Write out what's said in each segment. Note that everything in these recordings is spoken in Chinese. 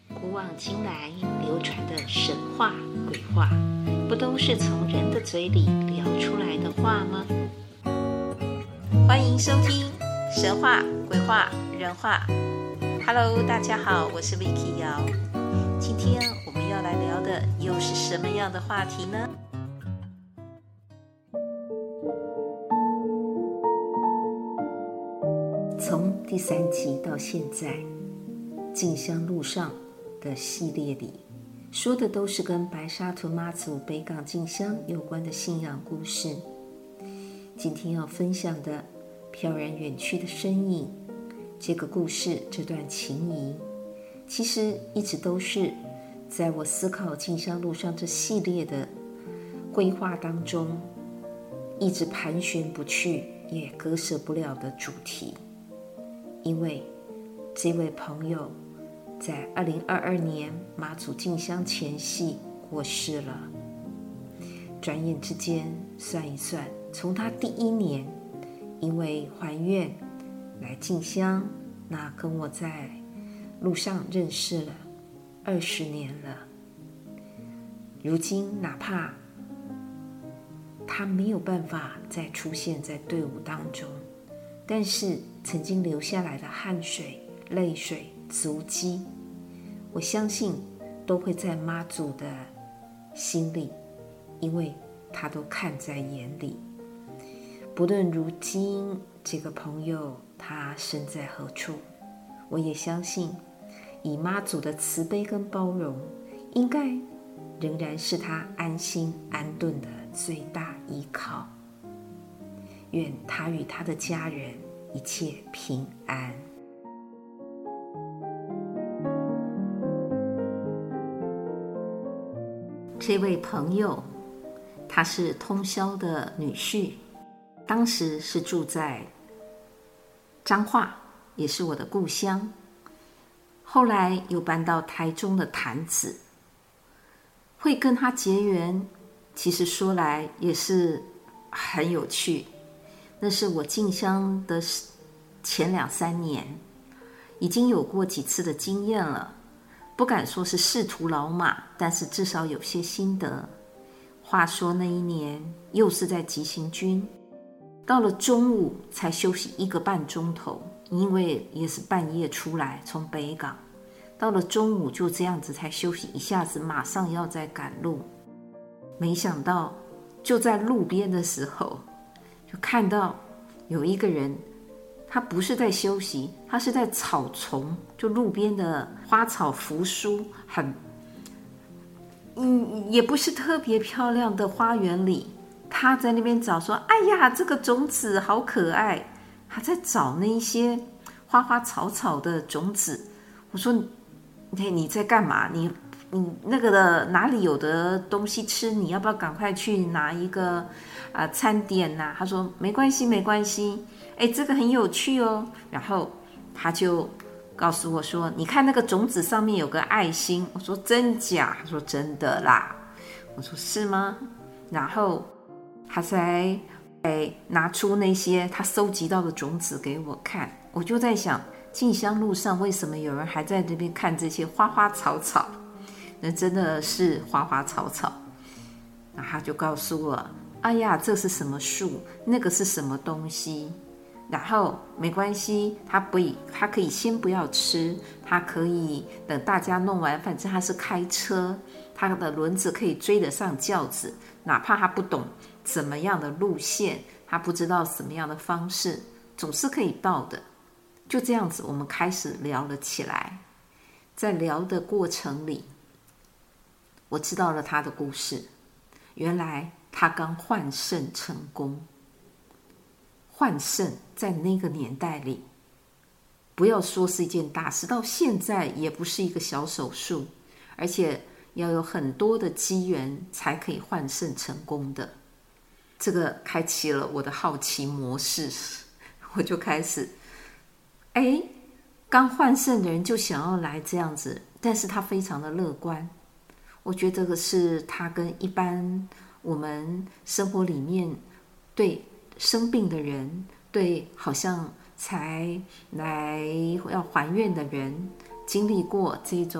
古往今来流传的神话、鬼话，不都是从人的嘴里聊出来的话吗？欢迎收听神话、鬼话、人话。Hello， 大家好，我是 Vicky 姚。今天我们要来聊的又是什么样的话题呢？从第3集到现在，进香路上的系列里，说的都是跟白沙屯妈祖北港进香有关的信仰故事。今天要分享的飘然远去的身影，这个故事，这段情谊，其实一直都是在我思考进香路上这系列的规划当中，一直盘旋不去，也割舍不了的主题。因为这位朋友在2022年妈祖进香前夕过世了。转眼之间算一算，从他第1年因为还愿来进香，那跟我在路上认识了20年了。如今哪怕他没有办法再出现在队伍当中，但是曾经留下来的汗水、泪水、足迹，我相信都会在妈祖的心里，因为他都看在眼里。不论如今这个朋友他身在何处，我也相信以妈祖的慈悲跟包容，应该仍然是他安心安顿的最大依靠。愿他与他的家人一切平安。这位朋友，他是通霄的女婿，当时是住在彰化，也是我的故乡，后来又搬到台中的潭子。会跟他结缘，其实说来也是很有趣。那是我进香的前2-3年，已经有过几次的经验了，不敢说是仕途老马，但是至少有些心得。话说那一年又是在急行军，到了中午才休息1个半钟头，因为也是半夜出来，从北港到了中午就这样子才休息一下子，马上要再赶路。没想到就在路边的时候，就看到有一个人，他不是在休息，他是在草丛，就路边的花草扶疏，也不是特别漂亮的花园里，他在那边找说，哎呀，这个种子好可爱，他在找那一些花花草草的种子。我说你在干嘛？你那个的哪里有的东西吃？你要不要赶快去拿一个餐点啊？他说没关系没关系，这个很有趣哦。然后他就告诉我说，你看那个种子上面有个爱心。我说真假？他说真的啦。我说是吗？然后他才拿出那些他收集到的种子给我看。我就在想，进香路上为什么有人还在这边看这些花花草草？那真的是花花草草。那他就告诉我，哎呀，这是什么树，那个是什么东西。然后没关系，他可以先不要吃，他可以等大家弄完，反正他是开车，他的轮子可以追得上轿子，哪怕他不懂怎么样的路线，他不知道什么样的方式，总是可以到的。就这样子，我们开始聊了起来。在聊的过程里，我知道了他的故事。原来他刚换肾成功。换肾在那个年代里，不要说是一件大事，到现在也不是一个小手术，而且要有很多的机缘才可以换肾成功的。这个开启了我的好奇模式，我就开始刚换肾的人就想要来这样子，但是他非常的乐观。我觉得这个是他跟一般我们生活里面对生病的人，对好像才来要还愿的人，经历过这种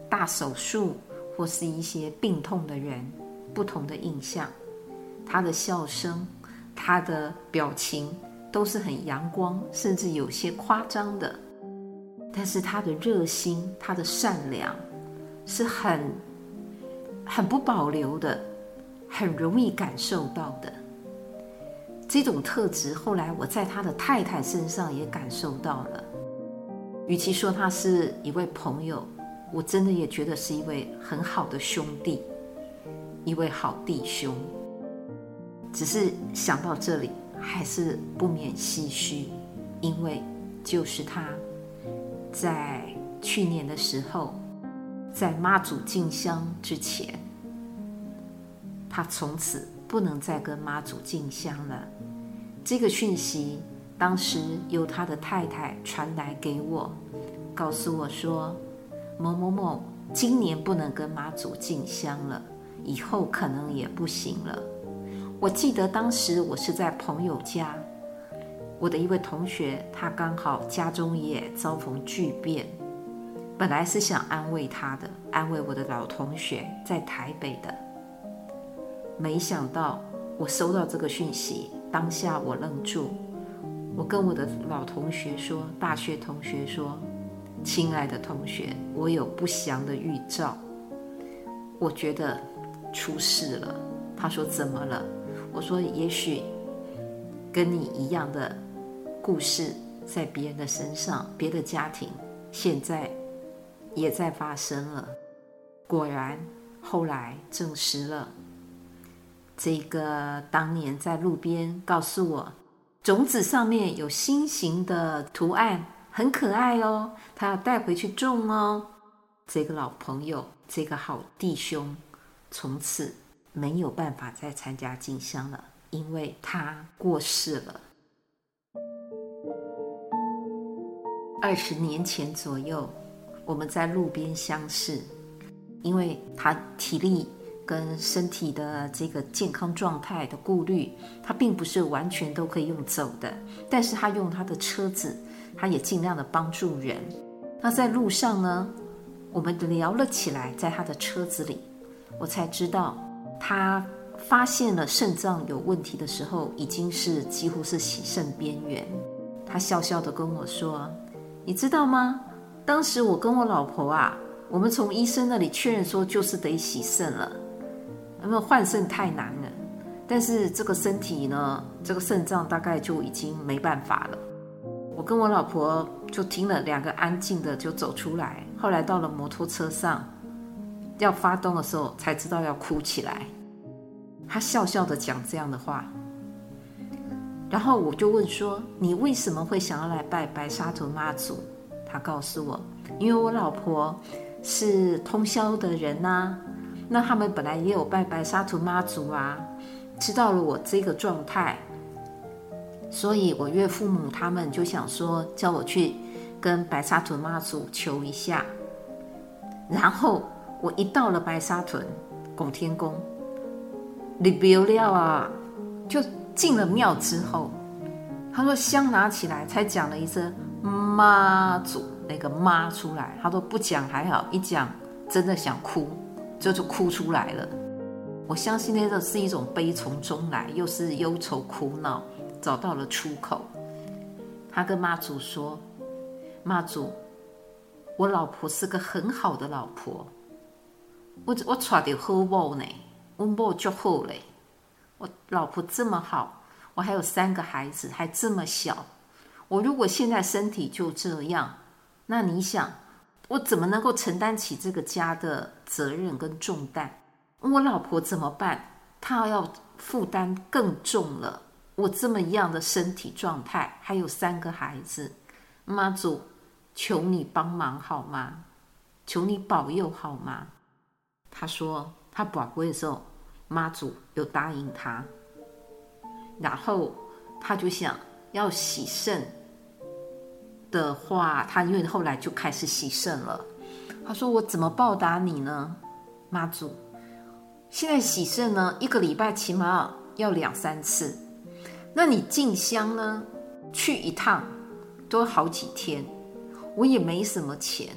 大手术或是一些病痛的人不同的印象。他的笑声，他的表情都是很阳光，甚至有些夸张的，但是他的热心，他的善良是很不保留的，很容易感受到的。这种特质后来我在他的太太身上也感受到了。与其说他是一位朋友，我真的也觉得是一位很好的兄弟，一位好弟兄。只是想到这里还是不免唏嘘，因为就是他在去年的时候，在妈祖进香之前，他从此不能再跟妈祖进香了。这个讯息当时由他的太太传来给我，告诉我说某某某今年不能跟妈祖进香了，以后可能也不行了。我记得当时我是在朋友家，我的一位同学，他刚好家中也遭逢巨变，本来是想安慰他的，安慰我的老同学在台北的，没想到我收到这个讯息，当下我愣住，我跟我的老同学说，大学同学说，亲爱的同学，我有不祥的预兆，我觉得出事了。他说怎么了？我说也许跟你一样的故事在别人的身上，别的家庭现在也在发生了。果然后来证实了，这个当年在路边告诉我种子上面有心形的图案，很可爱哦，他要带回去种哦。这个老朋友，这个好弟兄，从此没有办法再参加进香了，因为他过世了。20年前左右，我们在路边相识，因为他体力跟身体的这个健康状态的顾虑，他并不是完全都可以用走的，但是他用他的车子，他也尽量的帮助人。那在路上呢，我们聊了起来，在他的车子里，我才知道他发现了肾脏有问题的时候，已经是几乎是洗肾边缘。他笑笑的跟我说，你知道吗？当时我跟我老婆啊，我们从医生那里确认说就是得洗肾了，因为换肾太难了，但是这个身体呢，这个肾脏大概就已经没办法了。我跟我老婆就听了，两个安静的就走出来，后来到了摩托车上要发动的时候才知道要哭起来。他笑笑的讲这样的话，然后我就问说，你为什么会想要来拜白沙屯妈祖？他告诉我，因为我老婆是通宵的人啊，那他们本来也有拜白沙屯妈祖啊，知道了我这个状态，所以我岳父母他们就想说叫我去跟白沙屯妈祖求一下。然后我一到了白沙屯拱天宫，入庙了啊，就进了庙之后，他说香拿起来才讲了一声妈祖，那个妈出来，他说不讲还好，一讲真的想哭，就哭出来了。我相信那个是一种悲从中来，又是忧愁苦恼，找到了出口。他跟妈祖说，妈祖，我老婆是个很好的老婆，我娶到好某呢，我某就好嘞，我老婆这么好，我还有3个孩子，还这么小，我如果现在身体就这样，那你想我怎么能够承担起这个家的责任跟重担？我老婆怎么办？她要负担更重了，我这么样的身体状态，还有3个孩子，妈祖求你帮忙好吗？求你保佑好吗？他说他跋杯的时候，妈祖有答应他，然后他就想要洗肾的话，他因为后来就开始洗肾了。他说我怎么报答你呢？妈祖，现在洗肾呢，1个礼拜起码要2-3次，那你进香呢，去一趟都好几天，我也没什么钱，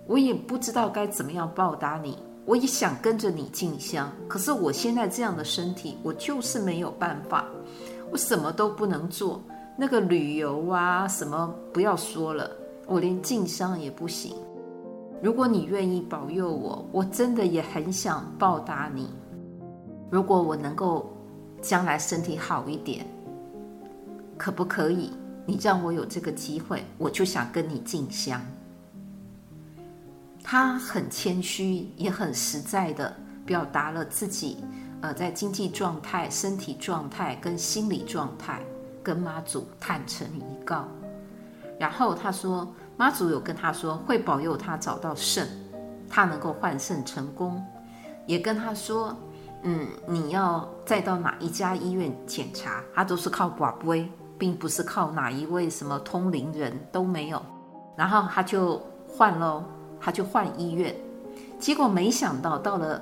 我也不知道该怎么样报答你，我也想跟着你进香，可是我现在这样的身体，我就是没有办法，我什么都不能做，那个旅游啊什么不要说了，我连进香也不行。如果你愿意保佑我，我真的也很想报答你。如果我能够将来身体好一点，可不可以？你让我有这个机会，我就想跟你进香。他很谦虚，也很实在的表达了自己在经济状态、身体状态跟心理状态，跟妈祖坦诚以告。然后他说，妈祖有跟他说会保佑他找到肾，他能够换肾成功，也跟他说，你要再到哪一家医院检查，他都是靠跋杯，并不是靠哪一位什么通灵人都没有。然后他就换咯，他就换医院，结果没想到到了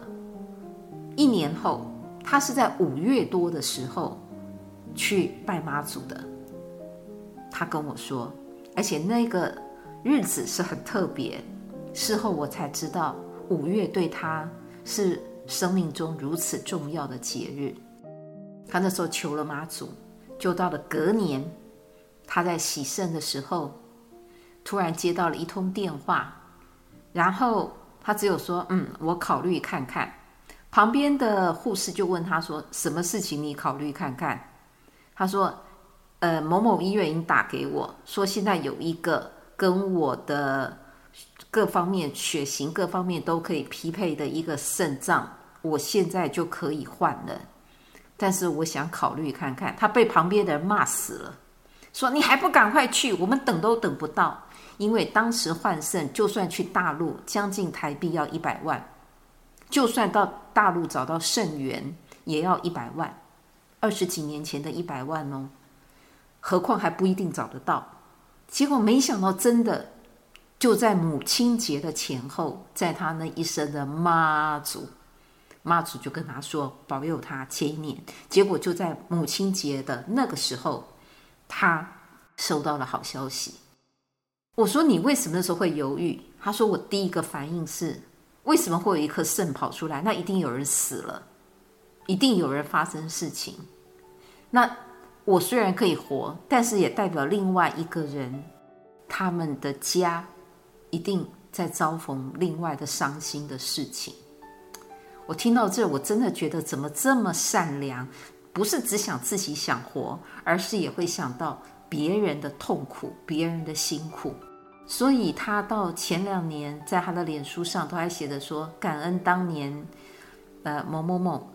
1年后，他是在5月多的时候去拜妈祖的。他跟我说，而且那个日子是很特别，事后我才知道5月对他是生命中如此重要的节日。他那时候求了妈祖，就到了隔年，他在洗肾的时候突然接到了一通电话，然后他只有说我考虑看看。旁边的护士就问他说，什么事情你考虑看看？他说某某医院已经打给我，说现在有一个跟我的各方面血型各方面都可以匹配的一个肾脏，我现在就可以换了，但是我想考虑看看。他被旁边的人骂死了，说你还不赶快去，我们等都等不到。因为当时换肾就算去大陆将近台币要100万，就算到大陆找到肾源也要100万，20几年前的100万哦，何况还不一定找得到。结果没想到真的就在母亲节的前后，在他那一生的妈祖就跟他说保佑他前1年，结果就在母亲节的那个时候，他收到了好消息。我说你为什么那时候会犹豫？他说我第一个反应是，为什么会有一颗肾跑出来？那一定有人死了，一定有人发生事情。那我虽然可以活，但是也代表另外一个人，他们的家一定在遭逢另外的伤心的事情。我听到这，我真的觉得怎么这么善良，不是只想自己想活，而是也会想到别人的痛苦，别人的辛苦。所以他到前2年在他的脸书上都还写着说，感恩当年某某某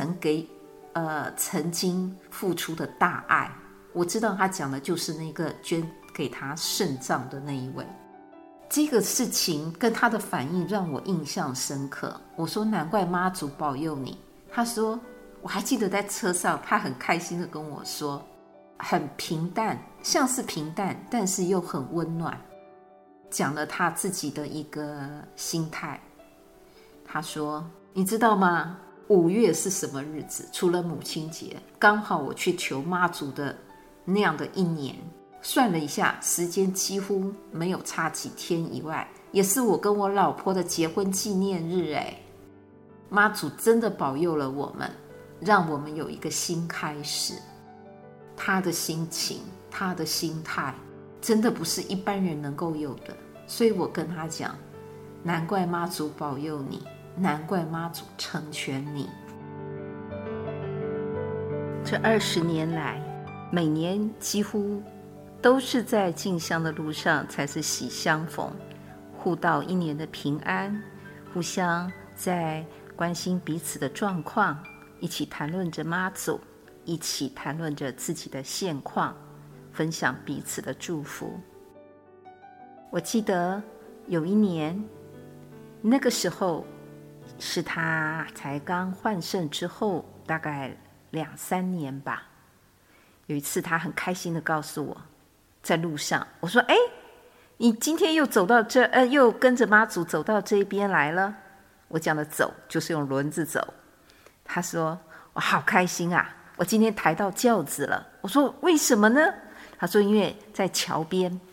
曾经付出的大爱。我知道他讲的就是那个捐给他肾脏的那一位。这个事情跟他的反应让我印象深刻。我说难怪妈祖保佑你。他说我还记得在车上，他很开心的跟我说，很平淡，像是平淡，但是又很温暖，讲了他自己的一个心态。他说你知道吗，5月是什么日子？除了母亲节，刚好我去求妈祖的那样的1年，算了一下时间几乎没有差几天以外，也是我跟我老婆的结婚纪念日。妈祖真的保佑了我们，让我们有一个新开始。他的心情，他的心态真的不是一般人能够有的。所以我跟他讲，难怪妈祖保佑你，难怪妈祖成全你。这20年来，每年几乎都是在进香的路上才是喜相逢，互道1年的平安，互相在关心彼此的状况，一起谈论着妈祖，一起谈论着自己的现况，分享彼此的祝福。我记得有1年，那个时候是他才刚换肾之后大概2-3年吧。有一次他很开心地告诉我，在路上，我说你今天又走到这又跟着妈祖走到这边来了。我讲的走就是用轮子走。他说我好开心啊，我今天抬到轿子了。我说为什么呢？他说因为在桥边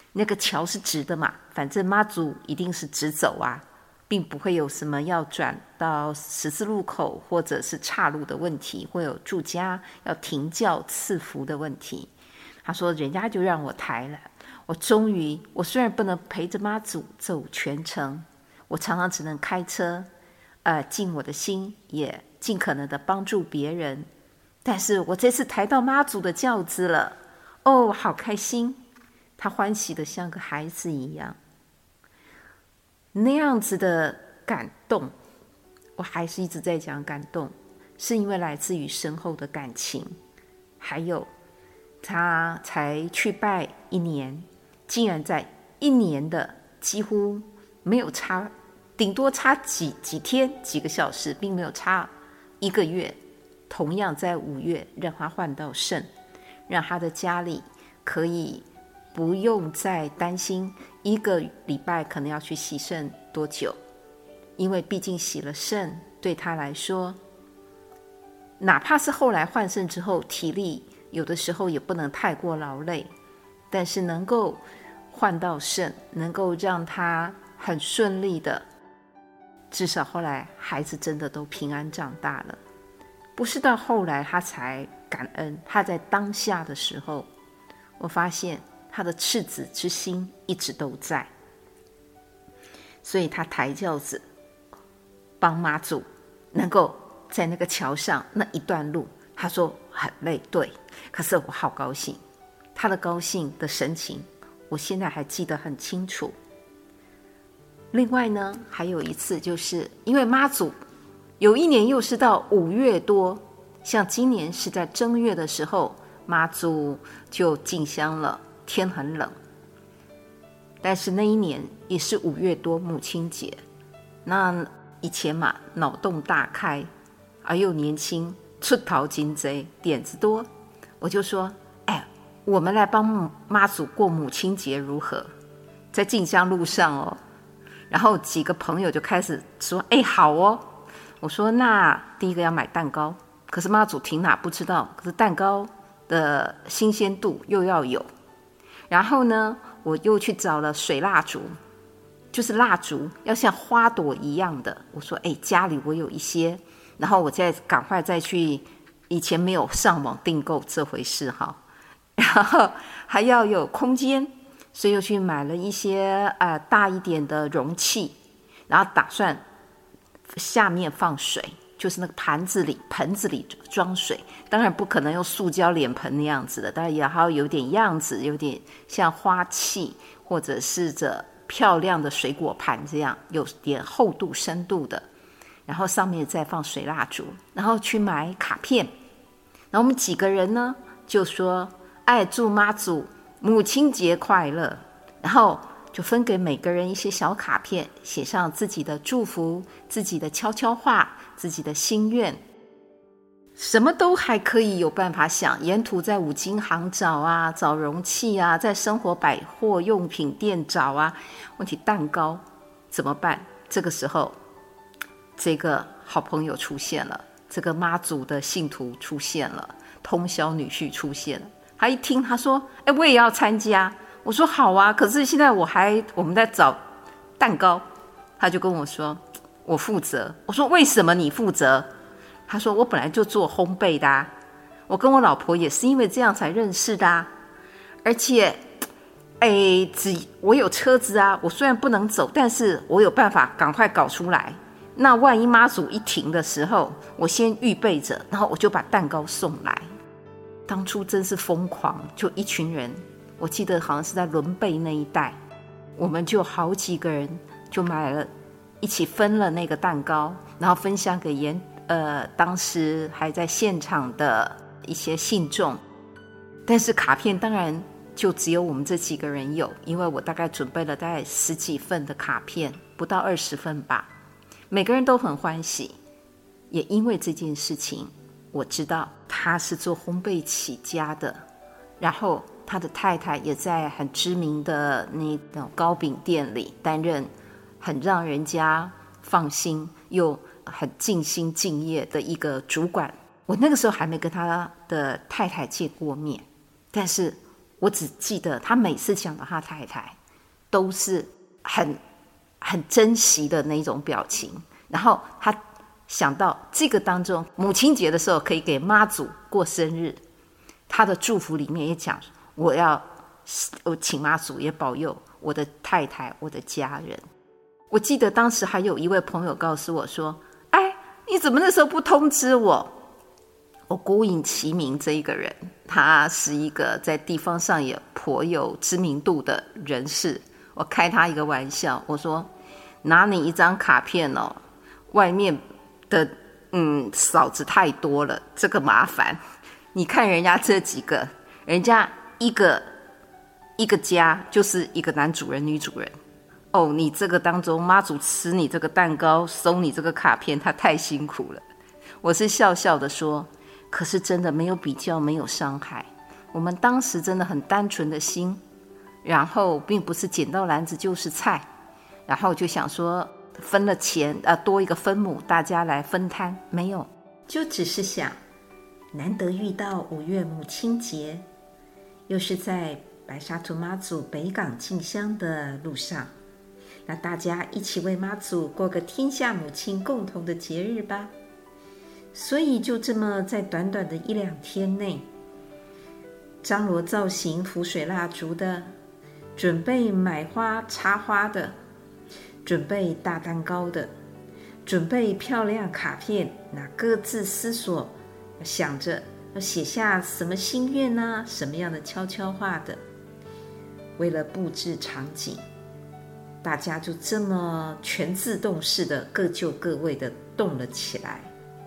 那个桥是直的嘛，反正妈祖一定是直走啊，并不会有什么要转到十字路口或者是岔路的问题，会有住家要停轿赐福的问题。他说人家就让我抬了，我虽然不能陪着妈祖走全程，我常常只能开车尽我的心，也尽可能的帮助别人，但是我这次抬到妈祖的轿子了，哦，好开心，他欢喜的像个孩子一样。那样子的感动，我还是一直在讲感动，是因为来自于深厚的感情，还有他才去拜1年，竟然在1年的几乎没有差，顶多差几天几个小时，并没有差1个月，同样在5月让他换到圣，让他的家里可以不用再担心1个礼拜可能要去洗圣多久，因为毕竟洗了圣对他来说，哪怕是后来换圣之后体力有的时候也不能太过劳累，但是能够换到圣，能够让他很顺利的，至少后来孩子真的都平安长大了。不是到后来他才感恩，他在当下的时候，我发现他的赤子之心一直都在，所以他抬轿子帮妈祖能够在那个桥上那一段路，他说很累，对，可是我好高兴，他的高兴的神情我现在还记得很清楚。另外呢，还有一次，就是因为妈祖有1年又是到5月多，像今年是在正月的时候，妈祖就进香了，天很冷，但是那一年也是5月多母亲节，那以前嘛，脑洞大开，而又年轻，出头金贼，点子多，我就说我们来帮妈祖过母亲节如何？在进香路上哦，然后几个朋友就开始说好哦。我说那第一个要买蛋糕，可是妈祖停哪不知道，可是蛋糕的新鲜度又要有。然后呢，我又去找了水蜡烛，就是蜡烛要像花朵一样的。我说家里我有一些，然后我再赶快再去，以前没有上网订购这回事哈。然后还要有空间，所以又去买了一些大一点的容器，然后打算下面放水，就是那个盆子里装水，当然不可能用塑胶脸盆那样子的，当然也还要有点样子，有点像花器或者是这漂亮的水果盘这样，有点厚度深度的，然后上面再放水蜡烛，然后去买卡片，然后我们几个人呢就说祝妈祖母亲节快乐，然后就分给每个人一些小卡片，写上自己的祝福，自己的悄悄话，自己的心愿，什么都还可以有办法想，沿途在五金行找啊，找容器啊，在生活百货用品店找啊。问题蛋糕怎么办？这个时候这个好朋友出现了，这个妈祖的信徒出现了，通宵女婿出现了。他一听他说我也要参加，我说好啊，可是现在我们在找蛋糕。他就跟我说我负责。我说为什么你负责？他说我本来就做烘焙的啊，我跟我老婆也是因为这样才认识的啊，而且我有车子啊，我虽然不能走，但是我有办法赶快搞出来，那万一妈祖一停的时候，我先预备着，然后我就把蛋糕送来。当初真是疯狂，就一群人，我记得好像是在伦贝那一带，我们就好几个人就买了，一起分了那个蛋糕，然后分享给当时还在现场的一些信众。但是卡片当然就只有我们这几个人有，因为我大概准备了大概10几份的卡片，不到20份吧，每个人都很欢喜。也因为这件事情，我知道他是做烘焙起家的，然后他的太太也在很知名的那种糕饼店里担任很让人家放心又很尽心尽业的一个主管。我那个时候还没跟他的太太见过面，但是我只记得他每次想到他太太都是很珍惜的那种表情，然后他想到这个当中母亲节的时候可以给妈祖过生日，他的祝福里面也讲我请妈祖也保佑我的太太我的家人。我记得当时还有一位朋友告诉我说，哎，你怎么那时候不通知我？我孤影其名这一个人，他是一个在地方上也颇有知名度的人士，我开他一个玩笑，我说拿你一张卡片哦，外面的嫂子太多了，这个麻烦。你看人家这几个，人家一个家就是一个男主人女主人哦，你这个当中妈祖吃你这个蛋糕收你这个卡片，他太辛苦了。我是笑笑的说，可是真的没有比较，没有伤害，我们当时真的很单纯的心，然后并不是捡到篮子就是菜，然后就想说分了钱多一个分母大家来分摊，没有，就只是想难得遇到5月母亲节，又是在白沙屯妈祖北港进香的路上，那大家一起为妈祖过个天下母亲共同的节日吧。所以就这么在短短的1-2天内，张罗造型浮水蜡烛的，准备买花插花的，准备大蛋糕的，准备漂亮卡片，那各自思索，想着要写下什么心愿啊，什么样的悄悄话的。为了布置场景，大家就这么全自动式的各就各位的动了起来。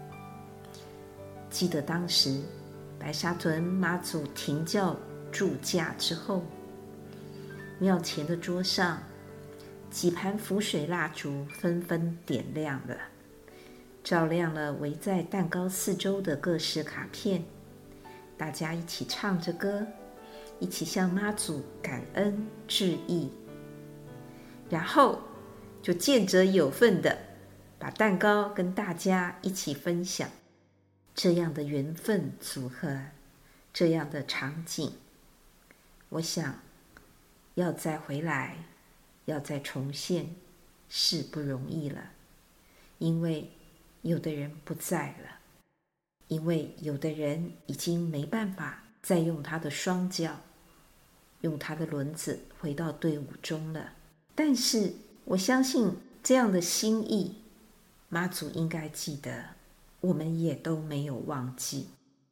记得当时白沙屯妈祖停轿驻驾之后，庙前的桌上几盘浮水蜡烛纷纷点亮了，照亮了围在蛋糕四周的各式卡片，大家一起唱着歌，一起向妈祖感恩致意，然后就见者有份的把蛋糕跟大家一起分享。这样的缘分组合，这样的场景，我想要再回来，要再重现是不容易了，因为有的人不在了，因为有的人已经没办法再用他的双脚，用他的轮子回到队伍中了。但是我相信这样的心意，妈祖应该记得，我们也都没有忘记。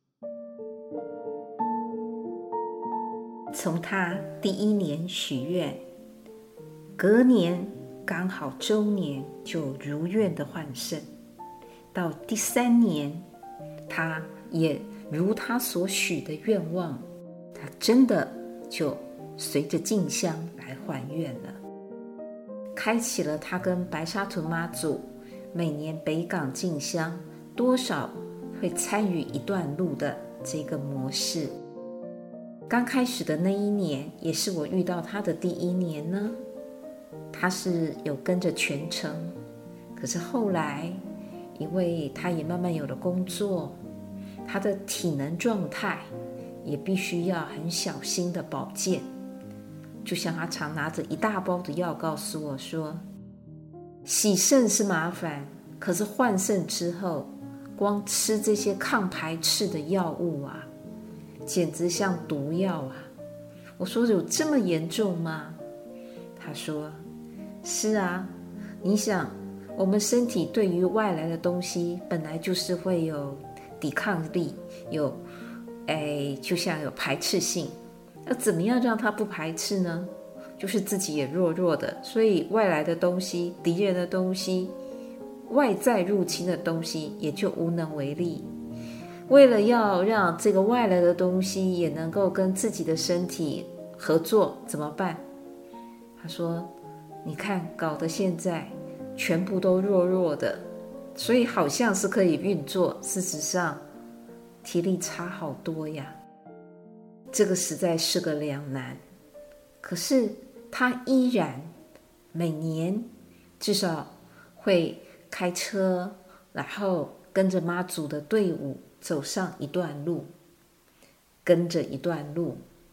从他第1年许愿，隔年刚好周年就如愿的换肾，到第3年，他也如他所许的愿望，他真的就随着进香来还愿了，开启了他跟白沙屯妈祖每年北港进香多少会参与一段路的这个模式。刚开始的那1年，也是我遇到他的第1年呢，他是有跟着全程，可是后来因为他也慢慢有了工作，他的体能状态也必须要很小心的保健，就像他常拿着一大包的药告诉我说，洗肾是麻烦，可是换肾之后光吃这些抗排斥的药物啊，简直像毒药啊。我说有这么严重吗？他说是啊，你想我们身体对于外来的东西本来就是会有抵抗力，就像有排斥性，要怎么样让它不排斥呢？就是自己也弱弱的，所以外来的东西，敌人的东西，外在入侵的东西也就无能为力。为了要让这个外来的东西也能够跟自己的身体合作，怎么办？他说你看搞得现在全部都弱弱的，所以好像是可以运作，事实上体力差好多呀。这个实在是个两难，可是他依然每年至少会开车，然后跟着妈祖的队伍走上一段路，跟着一段路，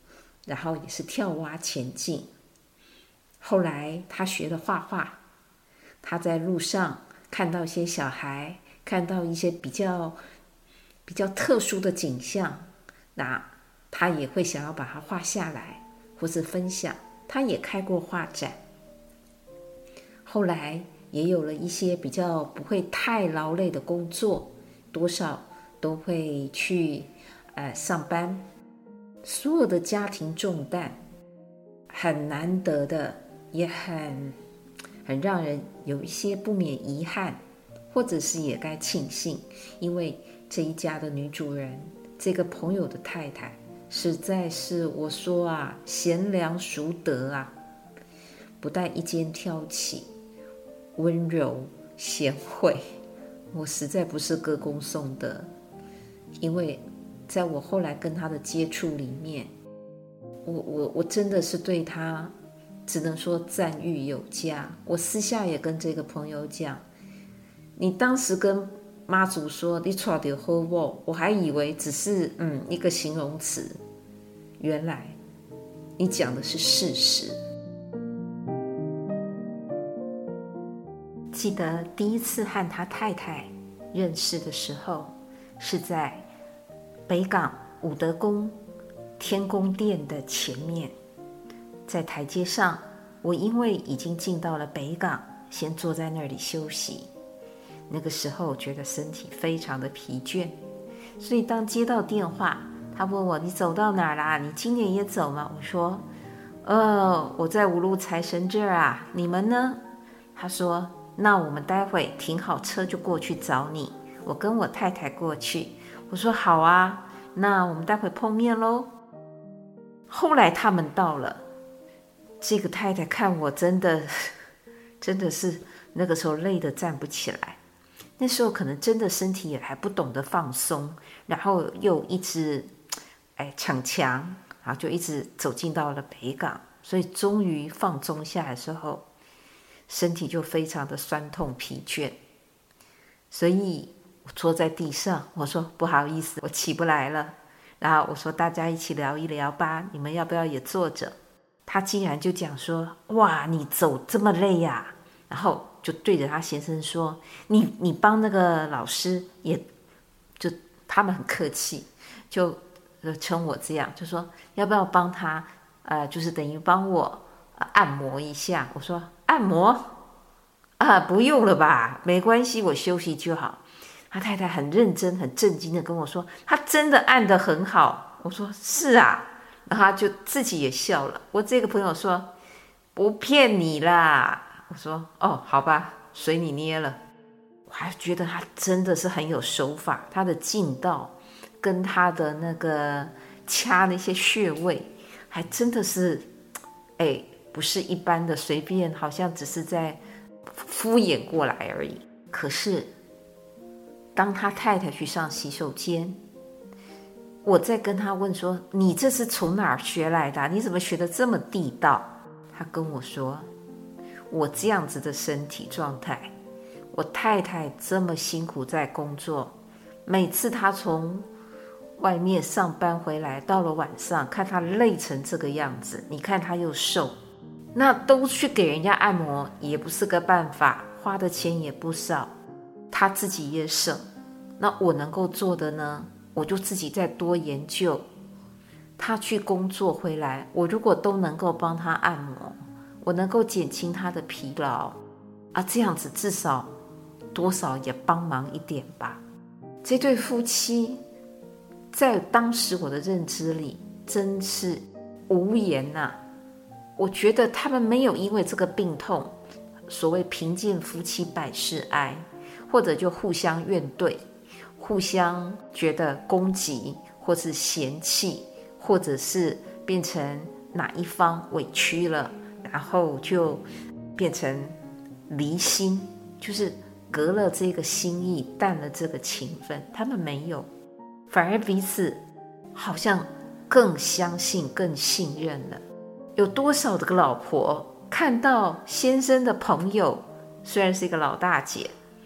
然后也是跳蛙前进。后来他学了画画，他在路上看到一些小孩，看到一些比较特殊的景象，那他也会想要把它画下来或是分享。他也开过画展，后来也有了一些比较不会太劳累的工作，多少都会去上班。所有的家庭重担很难得的，也很让人有一些不免遗憾，或者是也该庆幸，因为这一家的女主人，这个朋友的太太，实在是我说啊，贤良淑德啊，不但一肩挑起，温柔贤惠，我实在不是歌功颂德。因为在我后来跟她的接触里面，我真的是对她只能说赞誉有加。我私下也跟这个朋友讲，你当时跟妈祖说你娶到好某，我还以为只是一个形容词，原来你讲的是事实。记得第一次和他太太认识的时候，是在北港武德宫天宫殿的前面，在台阶上，我因为已经进到了北港，先坐在那里休息。那个时候觉得身体非常的疲倦，所以当接到电话，他问我你走到哪儿啦？你今年也走吗？我说我在五路财神这儿啊，你们呢？他说那我们待会停好车就过去找你，我跟我太太过去。我说好啊，那我们待会碰面咯。后来他们到了，这个太太看我真的是那个时候累得站不起来，那时候可能真的身体也还不懂得放松，然后又一直逞强，然后就一直走进到了北港，所以终于放松下来的时候，身体就非常的酸痛疲倦，所以我坐在地上，我说不好意思，我起不来了。然后我说大家一起聊一聊吧，你们要不要也坐着？他竟然就讲说哇你走这么累呀，然后就对着他先生说你帮那个老师也，就他们很客气，就称我这样，就说要不要帮他就是等于帮我按摩一下。我说按摩不用了吧，没关系，我休息就好。他太太很认真很震惊的跟我说他真的按得很好。我说是啊，然后他就自己也笑了。我这个朋友说不骗你啦。我说好吧，随你捏了。我还觉得他真的是很有手法，他的劲道跟他的那个掐那些穴位还真的是不是一般的随便，好像只是在敷衍过来而已。可是当他太太去上洗手间，我在跟他问说你这是从哪儿学来的你怎么学得这么地道？他跟我说我这样子的身体状态，我太太这么辛苦在工作，每次她从外面上班回来，到了晚上看她累成这个样子，你看她又瘦，那都去给人家按摩也不是个办法，花的钱也不少，她自己也省。那我能够做的呢，我就自己再多研究。她去工作回来，我如果都能够帮她按摩，我能够减轻她的疲劳这样子至少多少也帮忙一点吧。这对夫妻在当时我的认知里真是无言我觉得他们没有因为这个病痛，所谓贫贱夫妻百事哀，或者就互相怨怼，互相觉得攻击或是嫌弃，或者是变成哪一方委屈了，然后就变成离心，就是隔了这个心意，淡了这个情分。他们没有，反而彼此好像更相信更信任了。有多少的个老婆看到先生的朋友，虽然是一个老大姐，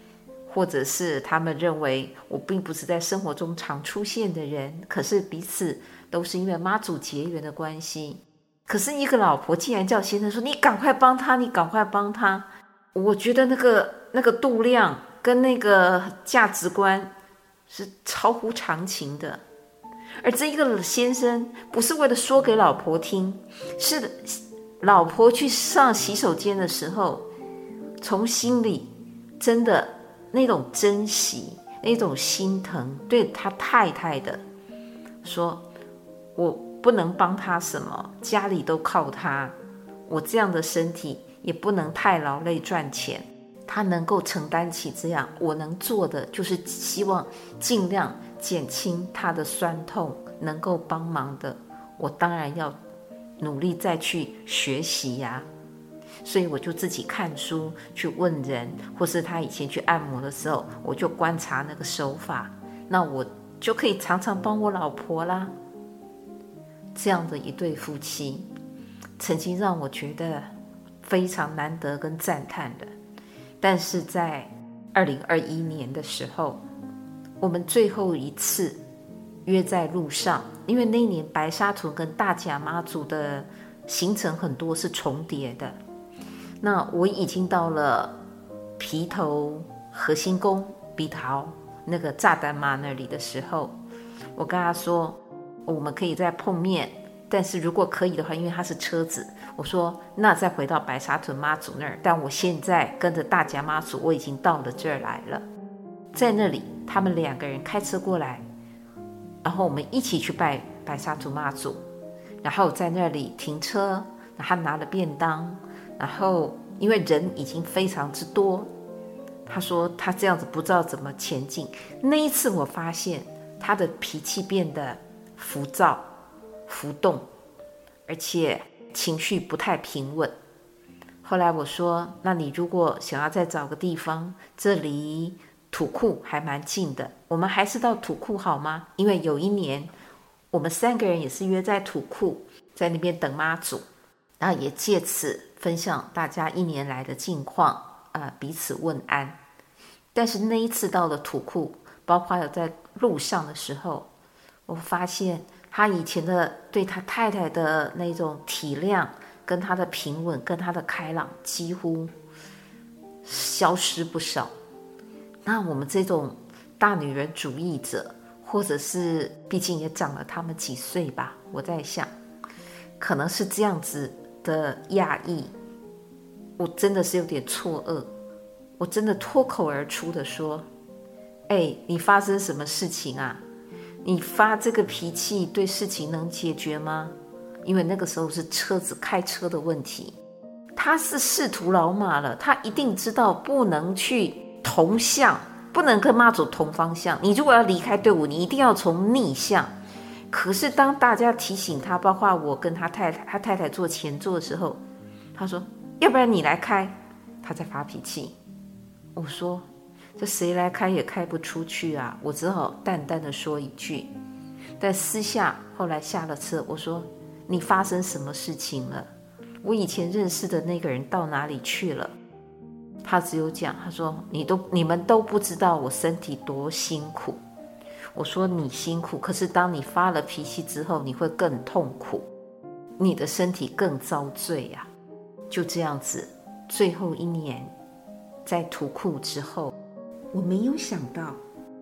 或者是他们认为我并不是在生活中常出现的人，可是彼此都是因为妈祖结缘的关系。可是一个老婆竟然叫先生说你赶快帮他，你赶快帮他，我觉得那个度量跟那个价值观是超乎常情的。而这一个先生不是为了说给老婆听，是老婆去上洗手间的时候，从心里真的那种珍惜，那种心疼，对他太太的说，我不能帮他什么，家里都靠他，我这样的身体也不能太劳累赚钱，他能够承担起这样，我能做的就是希望尽量减轻他的酸痛，能够帮忙的我当然要努力再去学习呀。所以我就自己看书去问人，或是他以前去按摩的时候，我就观察那个手法，那我就可以常常帮我老婆啦。这样的一对夫妻曾经让我觉得非常难得跟赞叹的。但是在2021年的时候，我们最后一次约在路上，因为那一年白沙屯跟大甲妈祖的行程很多是重叠的，那我已经到了皮头核心宫鼻桃那个炸弹妈那里的时候，我跟他说我们可以再碰面，但是如果可以的话，因为他是车子，我说那再回到白沙屯妈祖那儿，但我现在跟着大甲妈祖我已经到了这儿来了。在那里他们2个人开车过来，然后我们一起去拜白沙屯妈祖，然后在那里停车，然后他拿了便当，然后因为人已经非常之多，他说他这样子不知道怎么前进。那一次我发现他的脾气变得浮躁浮动，而且情绪不太平稳。后来我说那你如果想要再找个地方，这离土库还蛮近的，我们还是到土库好吗？因为有一年我们3个人也是约在土库，在那边等妈祖，然后也借此分享大家1年来的近况，彼此问安。但是那一次到了土库，包括有在路上的时候，我发现他以前的对他太太的那种体谅跟他的平稳跟他的开朗几乎消失不少。那我们这种大女人主义者，或者是毕竟也长了他们几岁吧，我在想可能是这样子的讶异，我真的是有点错愕，我真的脱口而出的说你发生什么事情啊？你发这个脾气对事情能解决吗？因为那个时候是车子开车的问题，他是仕途老马了，他一定知道不能去同向，不能跟妈祖同方向，你如果要离开队伍，你一定要从逆向。可是当大家提醒他，包括我跟他太太坐前座的时候，他说要不然你来开，他在发脾气。我说这谁来开也开不出去啊，我只好淡淡的说一句。但私下后来下了车，我说你发生什么事情了？我以前认识的那个人到哪里去了？他只有讲，他说你们都不知道我身体多辛苦。我说你辛苦，可是当你发了脾气之后，你会更痛苦，你的身体更遭罪啊。就这样子，最后1年在土库之后，我没有想到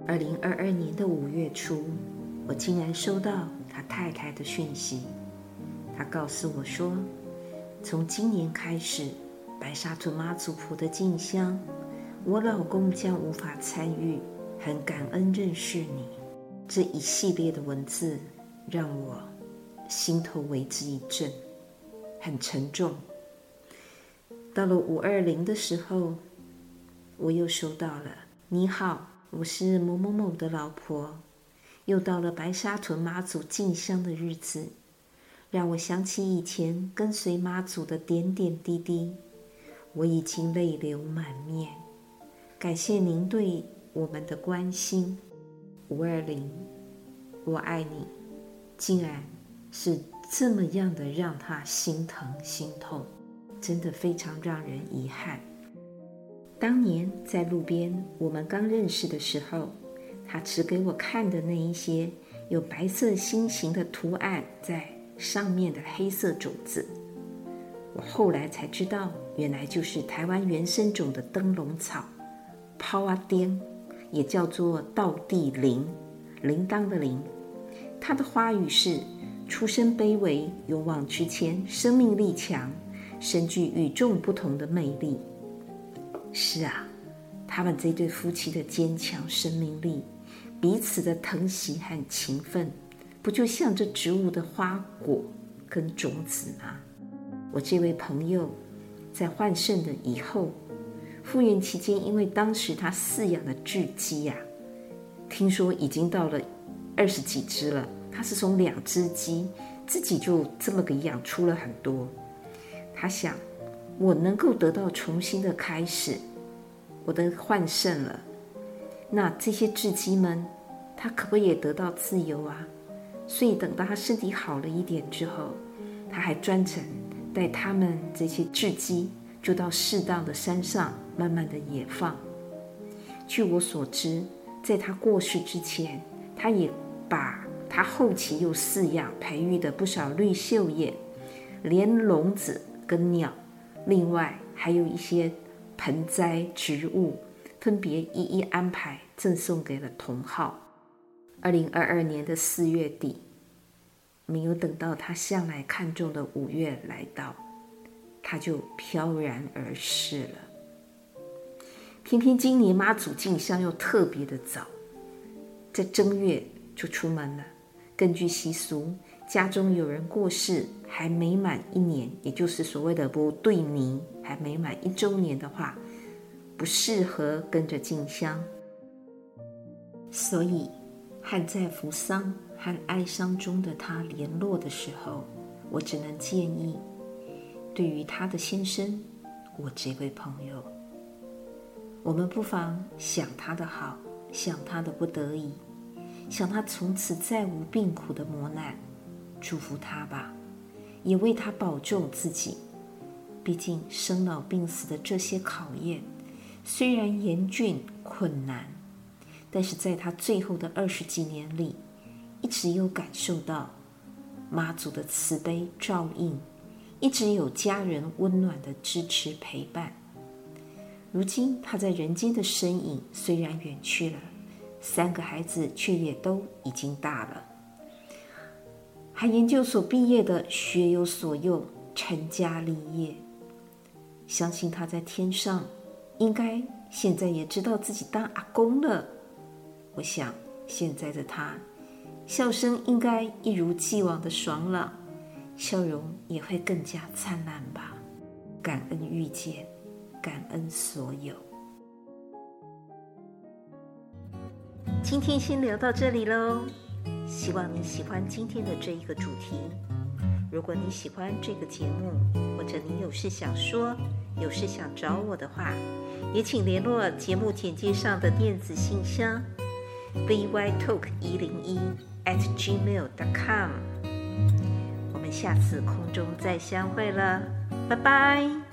2022年的5月初，我竟然收到他太太的讯息。他告诉我说，从今年开始，白沙屯妈祖婆的进香，我老公将无法参与，很感恩认识你。这一系列的文字让我心头为之一震，很沉重。到了520的时候，我又收到了，你好，我是某某某的老婆，又到了白沙屯妈祖进香的日子，让我想起以前跟随妈祖的点点滴滴，我已经泪流满面。感谢您对我们的关心，520，我爱你，竟然是这么样的让他心疼心痛，真的非常让人遗憾。 当年在路边我们刚认识的时候，他指给我看的那一些有白色心形的图案在上面的黑色种子，我后来才知道，原来就是台湾原生种的灯笼草泡啊颠，也叫做道地铃，铃铛的铃。它的花语是出身卑微，勇往直前，生命力强，深具与众不同的魅力。是啊，他们这对夫妻的坚强生命力，彼此的疼惜和情分，不就像这植物的花果跟种子吗？我这位朋友在换肾的以后，复原期间，因为当时他饲养的雉鸡呀，听说已经到了20几只了。他是从2只鸡自己就这么个养出了很多。他想，我能够得到重新的开始，我的换肾了，那这些雉鸡们，他可不可以也得到自由啊？所以等到他身体好了一点之后，他还专程带他们这些雉鸡就到适当的山上慢慢的野放。据我所知，在他过世之前，他也把他后期又饲养培育的不少绿袖叶，连笼子跟鸟，另外还有一些盆栽植物，分别一一安排赠送给了同好。2022年的4月底，没有等到他向来看重的5月来到，他就飘然而逝了。偏偏今年妈祖进香又特别的早，在正月就出门了。根据习俗，家中有人过世还没满1年，也就是所谓的不对年，还没满1周年的话，不适合跟着进香。所以和在扶丧和哀伤中的他联络的时候，我只能建议，对于他的先生，我这位朋友，我们不妨想他的好，想他的不得已，想他从此再无病苦的磨难，祝福他吧，也为他保重自己。毕竟生老病死的这些考验，虽然严峻困难，但是在他最后的20几年里，一直有感受到妈祖的慈悲照应，一直有家人温暖的支持陪伴。如今他在人间的身影虽然远去了，3个孩子却也都已经大了，还研究所毕业的学有所用，成家立业。相信他在天上应该现在也知道自己当阿公了。我想现在的他笑声应该一如既往的爽朗，笑容也会更加灿烂吧。感恩遇见，感恩所有。今天先聊到这里咯，希望你喜欢今天的这一个主题。如果你喜欢这个节目，或者你有事想说，有事想找我的话，也请联络节目简介上的电子信箱 bytalk101@gmail.com。我们下次空中再相会了，拜拜。